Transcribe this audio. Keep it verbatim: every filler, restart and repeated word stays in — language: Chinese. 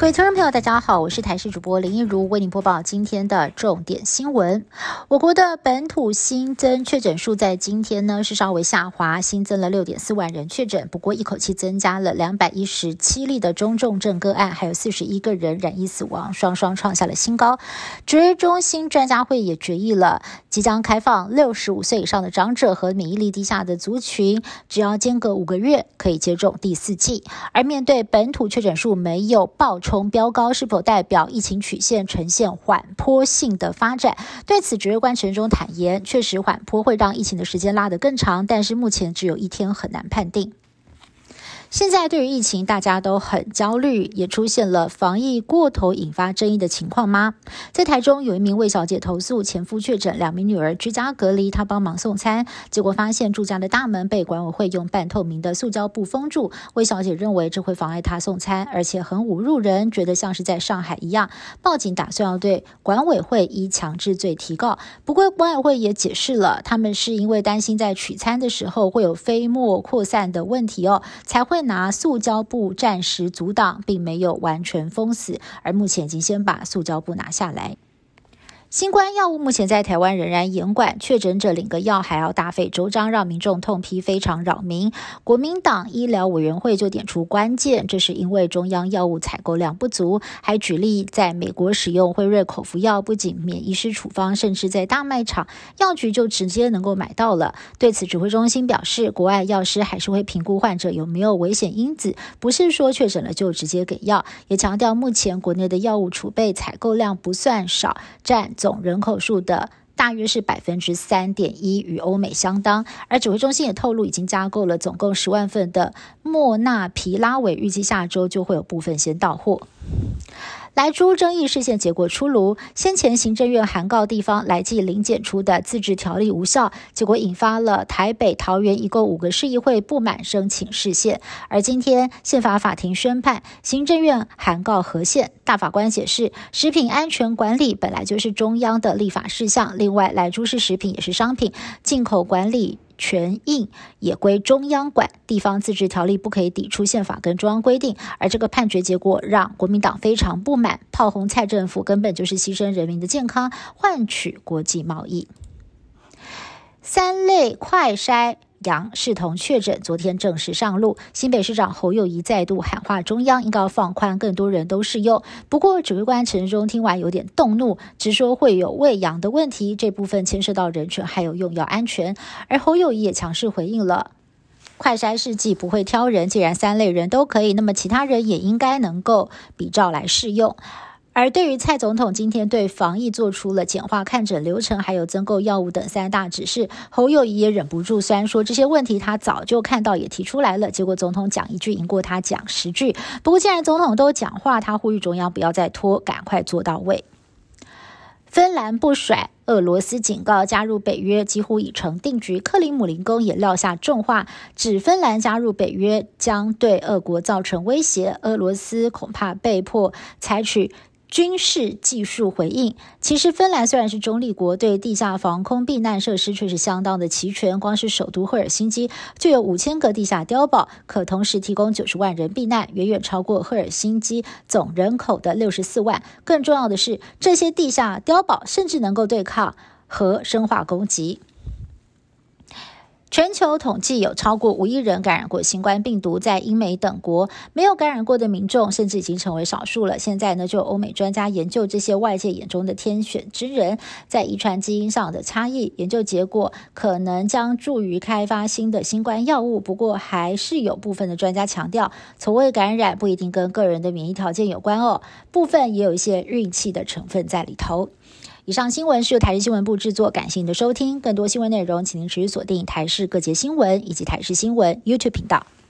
各位听众朋友大家好，我是台视主播林一如，为您播报今天的重点新闻。我国的本土新增确诊数在今天呢是稍微下滑，新增了 六点四万人确诊，不过一口气增加了两百一十七例的中重症个案，还有四十一个人染疫死亡，双双创下了新高。指挥中心专家会也决议了，即将开放六十五岁以上的长者和免疫力低下的族群，只要间隔五个月可以接种第四剂。而面对本土确诊数没有爆冲飙高，是否代表疫情曲线呈现缓坡性的发展？对此，指挥官陈时中坦言，确实缓坡会让疫情的时间拉得更长，但是目前只有一天，很难判定。现在对于疫情大家都很焦虑，也出现了防疫过头引发争议的情况吗？在台中有一名魏小姐投诉前夫确诊，两名女儿居家隔离，她帮忙送餐，结果发现住家的大门被管委会用半透明的塑胶布封住。魏小姐认为这会妨碍她送餐，而且很侮辱人，觉得像是在上海一样，报警打算要对管委会依强制罪提告。不过管委会也解释了，他们是因为担心在取餐的时候会有飞沫扩散的问题哦，才会拿塑胶布暂时阻挡，并没有完全封死，而目前已经先把塑胶布拿下来。新冠药物目前在台湾仍然严管，确诊者领个药还要大费周章，让民众痛批非常扰民。国民党医疗委员会就点出关键，这是因为中央药物采购量不足，还举例在美国使用辉瑞口服药不仅免医师处方，甚至在大卖场药局就直接能够买到了。对此，指挥中心表示，国外药师还是会评估患者有没有危险因子，不是说确诊了就直接给药，也强调目前国内的药物储备采购量不算少，占总人口数的大约是 百分之三点一， 与欧美相当。而指挥中心也透露，已经加购了总共十万份的莫纳皮拉韦，预计下周就会有部分先到货。莱猪争议事件结果出炉，先前行政院函告地方来记零检出的自治条例无效，结果引发了台北、桃园一共五个市议会不满申请释宪。而今天宪法法庭宣判，行政院函告合宪。大法官解释，食品安全管理本来就是中央的立法事项，另外莱猪是食品也是商品，进口管理权益也归中央管，地方自治条例不可以抵触宪法跟中央规定。而这个判决结果让国民党非常不满，炮轰蔡政府根本就是牺牲人民的健康，换取国际贸易。三类快筛阳视同确诊，昨天正式上路。新北市长侯友宜再度喊话中央，应该放宽，更多人都适用。不过指挥官陈时中听完有点动怒，直说会有喂养的问题，这部分牵涉到人权还有用药安全。而侯友宜也强势回应了，快筛试剂不会挑人，既然三类人都可以，那么其他人也应该能够比照来适用。而对于蔡总统今天对防疫做出了简化看诊流程，还有增购药物等三大指示，侯友宜也忍不住酸说这些问题他早就看到也提出来了，结果总统讲一句赢过他讲十句。不过既然总统都讲话，他呼吁中央不要再拖，赶快做到位。芬兰不甩，俄罗斯警告加入北约几乎已成定局。克里姆林宫也撂下重话，指芬兰加入北约将对俄国造成威胁，俄罗斯恐怕被迫采取军事技术回应。其实芬兰虽然是中立国，对地下防空避难设施却是相当的齐全，光是首都赫尔辛基就有五千个地下碉堡，可同时提供九十万人避难，远远超过赫尔辛基总人口的六十四万。更重要的是，这些地下碉堡甚至能够对抗核生化攻击。全球统计有超过五亿人感染过新冠病毒，在英美等国没有感染过的民众甚至已经成为少数了。现在呢，就有欧美专家研究这些外界眼中的天选之人在遗传基因上的差异，研究结果可能将助于开发新的新冠药物。不过还是有部分的专家强调，从未感染不一定跟个人的免疫条件有关哦，部分也有一些运气的成分在里头。以上新闻是由台视新闻部制作，感谢您的收听。更多新闻内容，请您持续锁定台视各节新闻以及台视新闻 YouTube 频道。